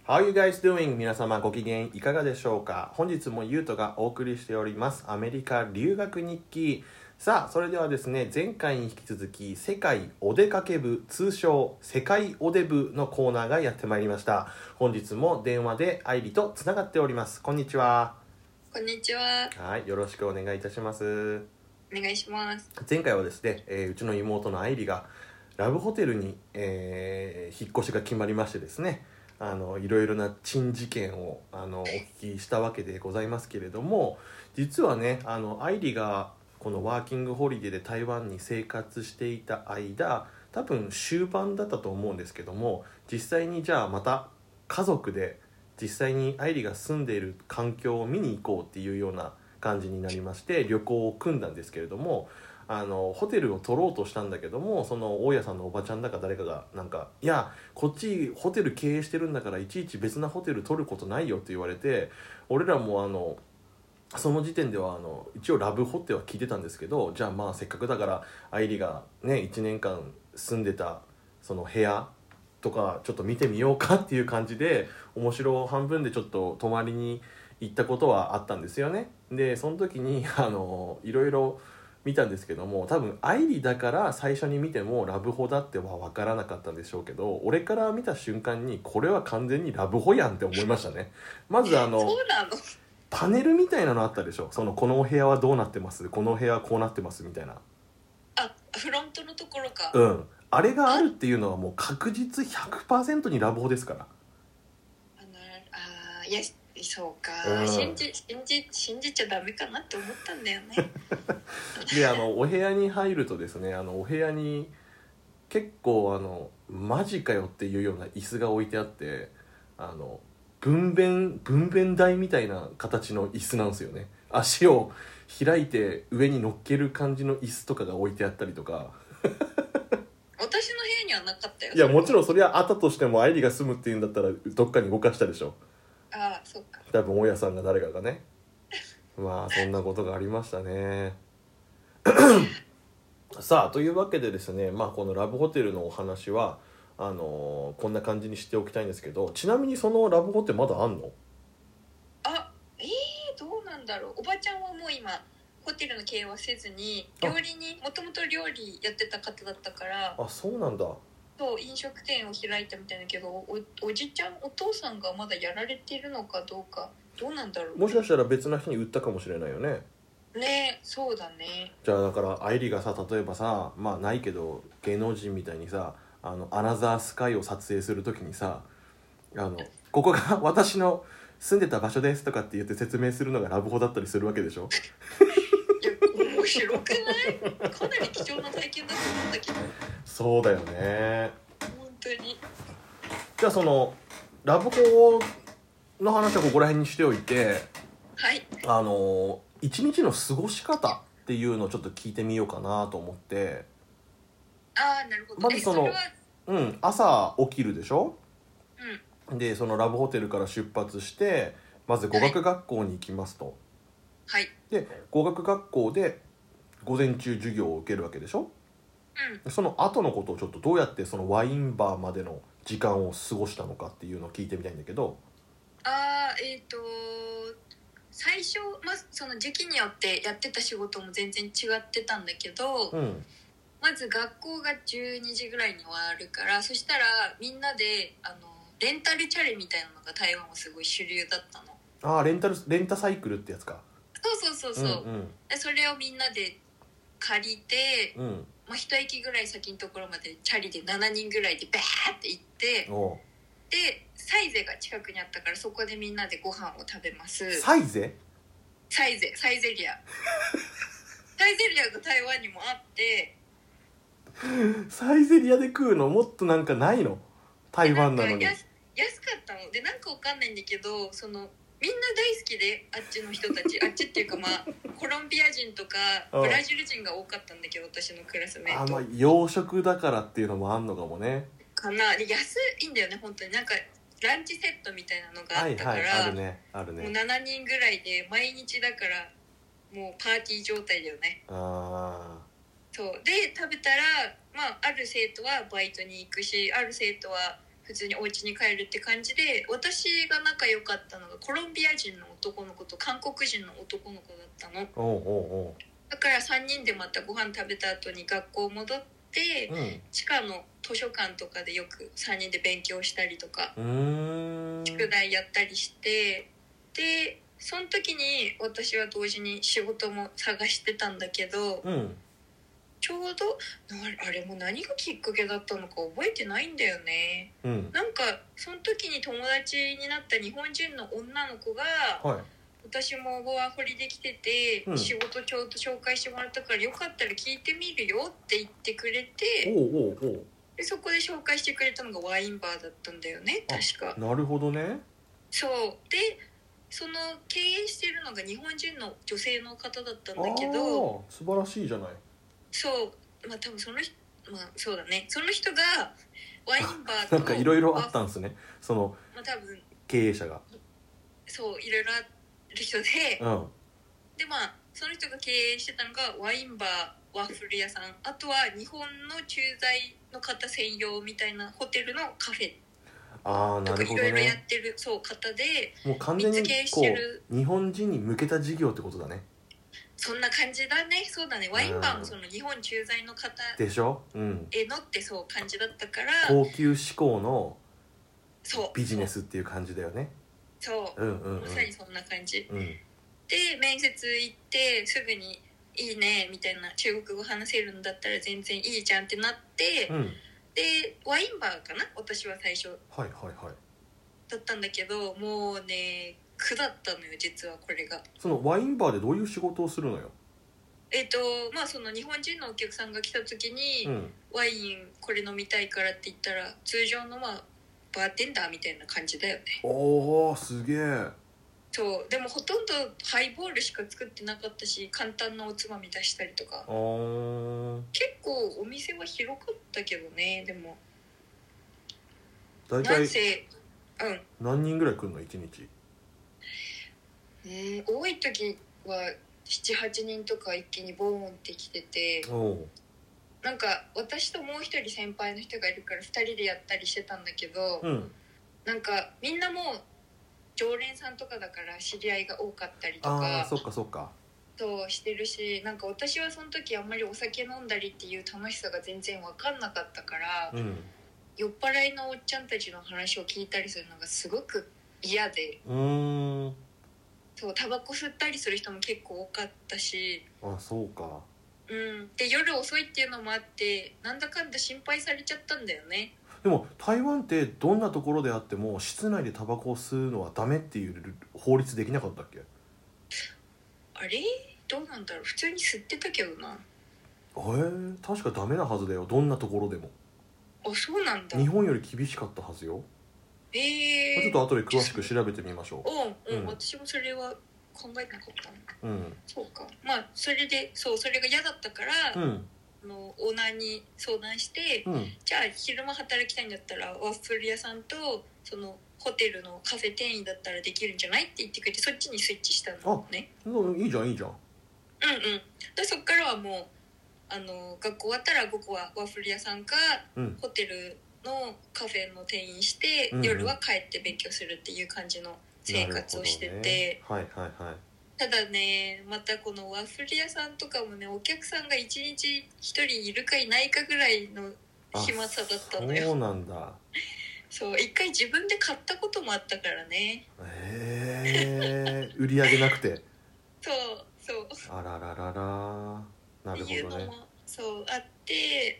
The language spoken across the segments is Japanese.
How are you guys doing? 皆様ご機嫌いかがでしょうか。本日もゆうとがお送りしておりますアメリカ留学日記。さあそれではですね、前回に引き続き世界お出かけ部、通称世界お出部のコーナーがやってまいりました。本日も電話で愛理とつながっております。こんにちは。 こんにちは。 はい、よろしくお願いいたします。 お願いします。 前回はですね、うちの妹の愛理がラブホテルに、引っ越しが決まりましてですね、いろいろな珍事件をお聞きしたわけでございますけれども、実はね愛理がこのワーキングホリデーで台湾に生活していた間、多分終盤だったと思うんですけども、実際にじゃあまた家族で実際に愛理が住んでいる環境を見に行こうっていうような感じになりまして、旅行を組んだんですけれども、ホテルを取ろうとしたんだけども、その大家さんのおばちゃんだか誰かがなんか、いやこっちホテル経営してるんだからいちいち別なホテル取ることないよって言われて、俺らもその時点では一応ラブホっては聞いてたんですけど、じゃあまあせっかくだから愛理がね1年間住んでたその部屋とかちょっと見てみようかっていう感じで、面白半分でちょっと泊まりに行ったことはあったんですよね。でその時にいろいろ見たんですけども、多分愛理だから最初に見てもラブホだっては分からなかったんでしょうけど、俺から見た瞬間にこれは完全にラブホやんって思いましたね。まずそうなの？ パネルみたいなのあったでしょ。このお部屋はどうなってます、このお部屋はこうなってますみたいな。 フロントのところか。 あれがあるっていうのはもう確実 100% にラブホですから。 いやそうか、信じちゃダメかなって思ったんだよね。 でお部屋に入るとですね、お部屋に結構マジかよっていうような椅子が置いてあって、分娩台みたいな形の椅子なんですよね。足を開いて上に乗っける感じの椅子とかが置いてあったりとか。 私の部屋にはなかったよ。 いやもちろんそれはあったとしても愛理が住むっていうんだったらどっかに動かしたでしょ。 そうか。 多分大家さんが誰かがね。まあそんなことがありましたね。さあというわけでですね、このラブホテルのお話はこんな感じにしておきたいんですけど、ちなみにそのラブホってまだあんの？ どうなんだろう。おばちゃんはもう今ホテルの経営はせずに、料理にもともと料理やってた方だったから。 そうなんだ。 そう、飲食店を開いたみたいだけど、おじちゃんお父さんがまだやられてるのかどうか、どうなんだろう。 もしかしたら別な人に売ったかもしれないよね。 ね、そうだね。 じゃあだから愛理がさ、例えばさ、ないけど芸能人みたいにさアナザースカイを撮影するときにさ、ここが私の住んでた場所ですとかって言って説明するのがラブホだったりするわけでしょ。 いや面白くない？かなり貴重な体験だと思うんだけど。 そうだよね。 本当に。 じゃあそのラブホの話はここら辺にしておいて、 はい。 一日の過ごし方っていうのをちょっと聞いてみようかなと思って。 なるほど。 まずその朝起きるでしょ。 うん。 でそのラブホテルから出発してまず語学学校に行きますと。 はい。 で語学学校で午前中授業を受けるわけでしょ。その後のことをちょっとどうやってそのワインバーまでの時間を過ごしたのかっていうのを聞いてみたいんだけど。 最初、その時期によってやってた仕事も全然違ってたんだけど、まず学校が12時ぐらいに終わるから、そしたらみんなでレンタルチャリみたいなのが台湾はすごい主流だったの。 レンタサイクルってやつか。 そう、でそれをみんなで借りて、一駅ぐらい先のところまでチャリで7人ぐらいでバーって行って、でサイゼが近くにあったから、そこでみんなでご飯を食べます。 サイゼリアサイゼリアが台湾にもあって。 サイゼリアで食うのもっとなんかないの？台湾なのに。 安かったので、なんかわかんないんだけど、そのみんな大好きで、あっちの人たちあっちっていうかコロンビア人とかブラジル人が多かったんだけど、私のクラスメート。 洋食だからっていうのもあんのかもね。 かな。で安いんだよね本当に。なんかランチセットみたいなのがあったから、 あるね。 もう7人ぐらいで毎日だからもうパーティー状態だよね。そうで食べたら、ある生徒はバイトに行くし、ある生徒は普通にお家に帰るって感じで、私が仲良かったのがコロンビア人の男の子と韓国人の男の子だったの。だから3人でまたご飯食べた後に学校戻って、地下の図書館とかでよく3人で勉強したりとか宿題やったりして、でその時に私は同時に仕事も探してたんだけど、ちょうどあれも何がきっかけだったのか覚えてないんだよね、なんかその時に友達になった日本人の女の子が、私もワーホリで来てて、仕事ちょうど紹介してもらったからよかったら聞いてみるよって言ってくれて、でそこで紹介してくれたのがワインバーだったんだよね、確か。 なるほどね。 そうで、その経営してるのが日本人の女性の方だったんだけど、 素晴らしいじゃない。 そう、まあ多分その人、まあそうだね、その人がワインバーとなんかいろいろあったんですね、その、 まあ、多分経営者が。 そういろいろある人で、でまあその人が経営してたのがワインバー、ワッフル屋さん、あとは日本の駐在の方専用みたいなホテルのカフェとかいろいろやってる、そう方で、 もう完全にこう日本人に向けた事業ってことだね。 そんな感じだね。そうだね。ワインバーもその日本駐在の方でしょ、 へのってそう感じだったから、 高級志向のそうビジネスっていう感じだよね。 そう、まさにそんな感じ、で面接行ってすぐにいいねみたいな、中国語話せるんだったら全然いいじゃんってなって、でワインバーかな、私は最初だったんだけど、もうね苦だったのよ実はこれが。 そのワインバーでどういう仕事をするのよ。 まあその日本人のお客さんが来た時に、ワインこれ飲みたいからって言ったら通常のまあバーテンダーみたいな感じだよね。 おーすげえ。 そうでもほとんどハイボールしか作ってなかったし、簡単なおつまみ出したりとか、結構お店は広かったけどね。でも大体何人ぐらい来るの1日。 多い時は 7,8 人とか一気にボーンって来てて、なんか私ともう一人先輩の人がいるから2人でやったりしてたんだけど、なんかみんなもう常連さんとかだから知り合いが多かったりとか、 そっかそっか、 そうしてるし、なんか私はその時あんまりお酒飲んだりっていう楽しさが全然分かんなかったから、酔っ払いのおっちゃんたちの話を聞いたりするのがすごく嫌で、そうタバコ吸ったりする人も結構多かったし、 そうか、 で夜遅いっていうのもあってなんだかんだ心配されちゃったんだよね。 でも台湾ってどんなところであっても室内でタバコを吸うのはダメっていう法律できなかったっけ。 あれどうなんだろう、普通に吸ってたけどな。 確かダメなはずだよ、どんなところでも。 そうなんだ。 日本より厳しかったはずよ。ちょっと後で詳しく調べてみましょう。私もそれは考えてなかったな。そうか。まあそれでそれが嫌だったから、オーナーに相談して、じゃあ昼間働きたいんだったらワッフル屋さんとそのホテルのカフェ店員だったらできるんじゃないって言ってくれて、そっちにスイッチしたのね。 いいじゃんいいじゃん。 でそっからはもう学校終わったら午後はワッフル屋さんか、ホテルのカフェの店員して、夜は帰って勉強するっていう感じの生活をしてて、ただね、またこのワッフル屋さんとかもね、お客さんが1日1人いるかいないかぐらいの暇さだったのよ。 そうなんだ。 そう一回自分で買ったこともあったからね。 売り上げなくて。 そうあらららら、なるほどね。っていうのもそうあって、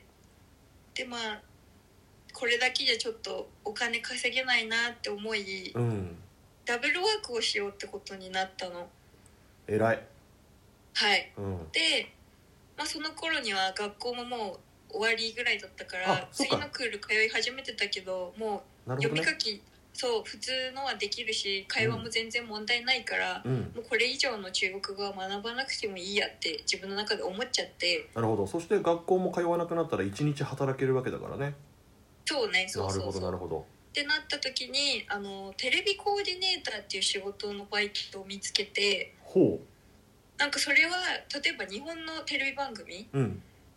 でまあこれだけじゃちょっとお金稼げないなって思い、ダブルワークをしようってことになったの。 偉い。 で、その頃には学校ももう終わりぐらいだったから、次のクール通い始めてたけど、もう読み書き普通のはできるし、会話も全然問題ないから、もうこれ以上の中国語は学ばなくてもいいやって自分の中で思っちゃって。 なるほど。そして学校も通わなくなったら1日働けるわけだからね。 そうね。 なるほどなるほど。 ってなった時にテレビコーディネーターっていう仕事のバイトを見つけて、なんかそれは例えば日本のテレビ番組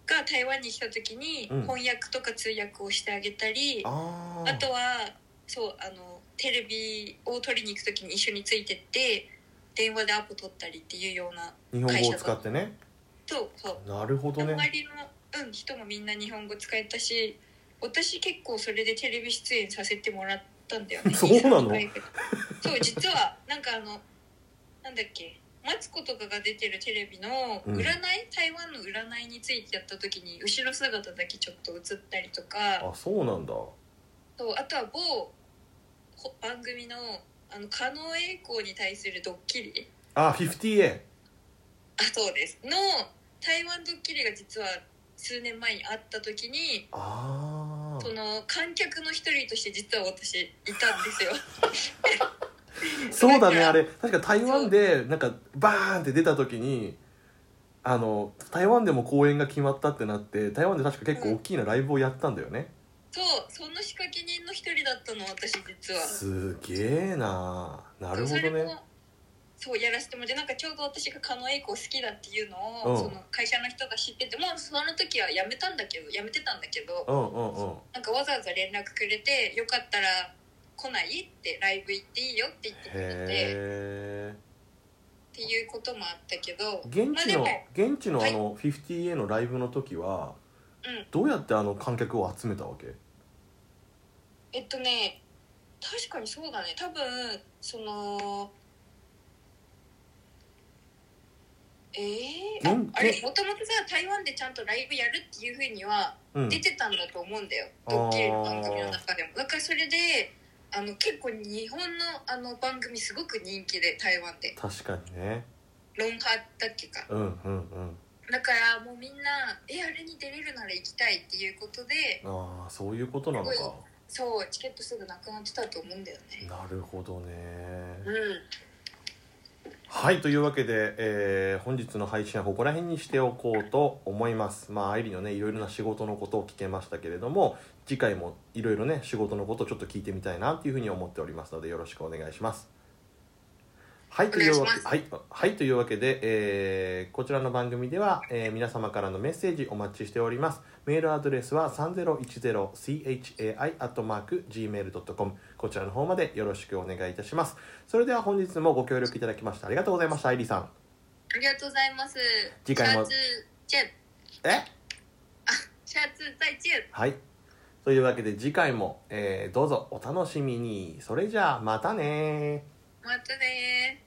が台湾に来た時に翻訳とか通訳をしてあげたり、あとはそうテレビを撮りに行く時に一緒についてって電話でアポ取ったりっていうような日本語を使ってね。 そうなるほどね。 周りの、人もみんな日本語使えたし、私結構それでテレビ出演させてもらったんだよね。 そうなの？ そう実はなんかなんだっけ、マツコとかが出てるテレビの占い、台湾の占いについてやった時に後ろ姿だけちょっと映ったりとか。 あ、そうなんだ。 そうあとは某番組の狩野英孝に対するドッキリ、 50A。 そうですの台湾ドッキリが実は数年前にあった時に、その観客の一人として実は私いたんですよ。 そうだね、あれ確か台湾でなんかバーンって出た時に台湾でも公演が決まったってなって、台湾で確か結構大きいなライブをやったんだよね。 その仕掛け人の一人だったの私実は。 すげえな。なるほどね。 そうやらせてもらって、なんかちょうど私が狩野英孝好きだっていうのを、その会社の人が知ってて、もうその時は辞めてたんだけど、なんかわざわざ連絡くれて、よかったら来ないってライブ行っていいよって言ってくれてっていうこともあったけど、 現地の50A のライブの時は、どうやって観客を集めたわけ？ 確かにそうだね。多分あれもともとさ台湾でちゃんとライブやるっていう風には出てたんだと思うんだよ、ドッキリの番組の中でも。だからそれで結構日本の番組すごく人気で、台湾で。 確かにね。 ロンハだっけか。だからもうみんなあれに出れるなら行きたいっていうことで。 そういうことなのか。 そうチケットすぐなくなってたと思うんだよね。 なるほどね。はい、というわけで、本日の配信はここら辺にしておこうと思います。愛理のねいろいろな仕事のことを聞けましたけれども、次回もいろいろね仕事のことをちょっと聞いてみたいなというふうに思っておりますので、よろしくお願いします。はいというわけで、こちらの番組では、皆様からのメッセージお待ちしております。メールアドレスは 3010chai@gmail.com、 こちらの方までよろしくお願いいたします。それでは本日もご協力いただきましてありがとうございました。愛理さん、ありがとうございます。 次回もシャツ再见。はい、というわけで次回も、どうぞお楽しみに。それじゃあまたね。 またね。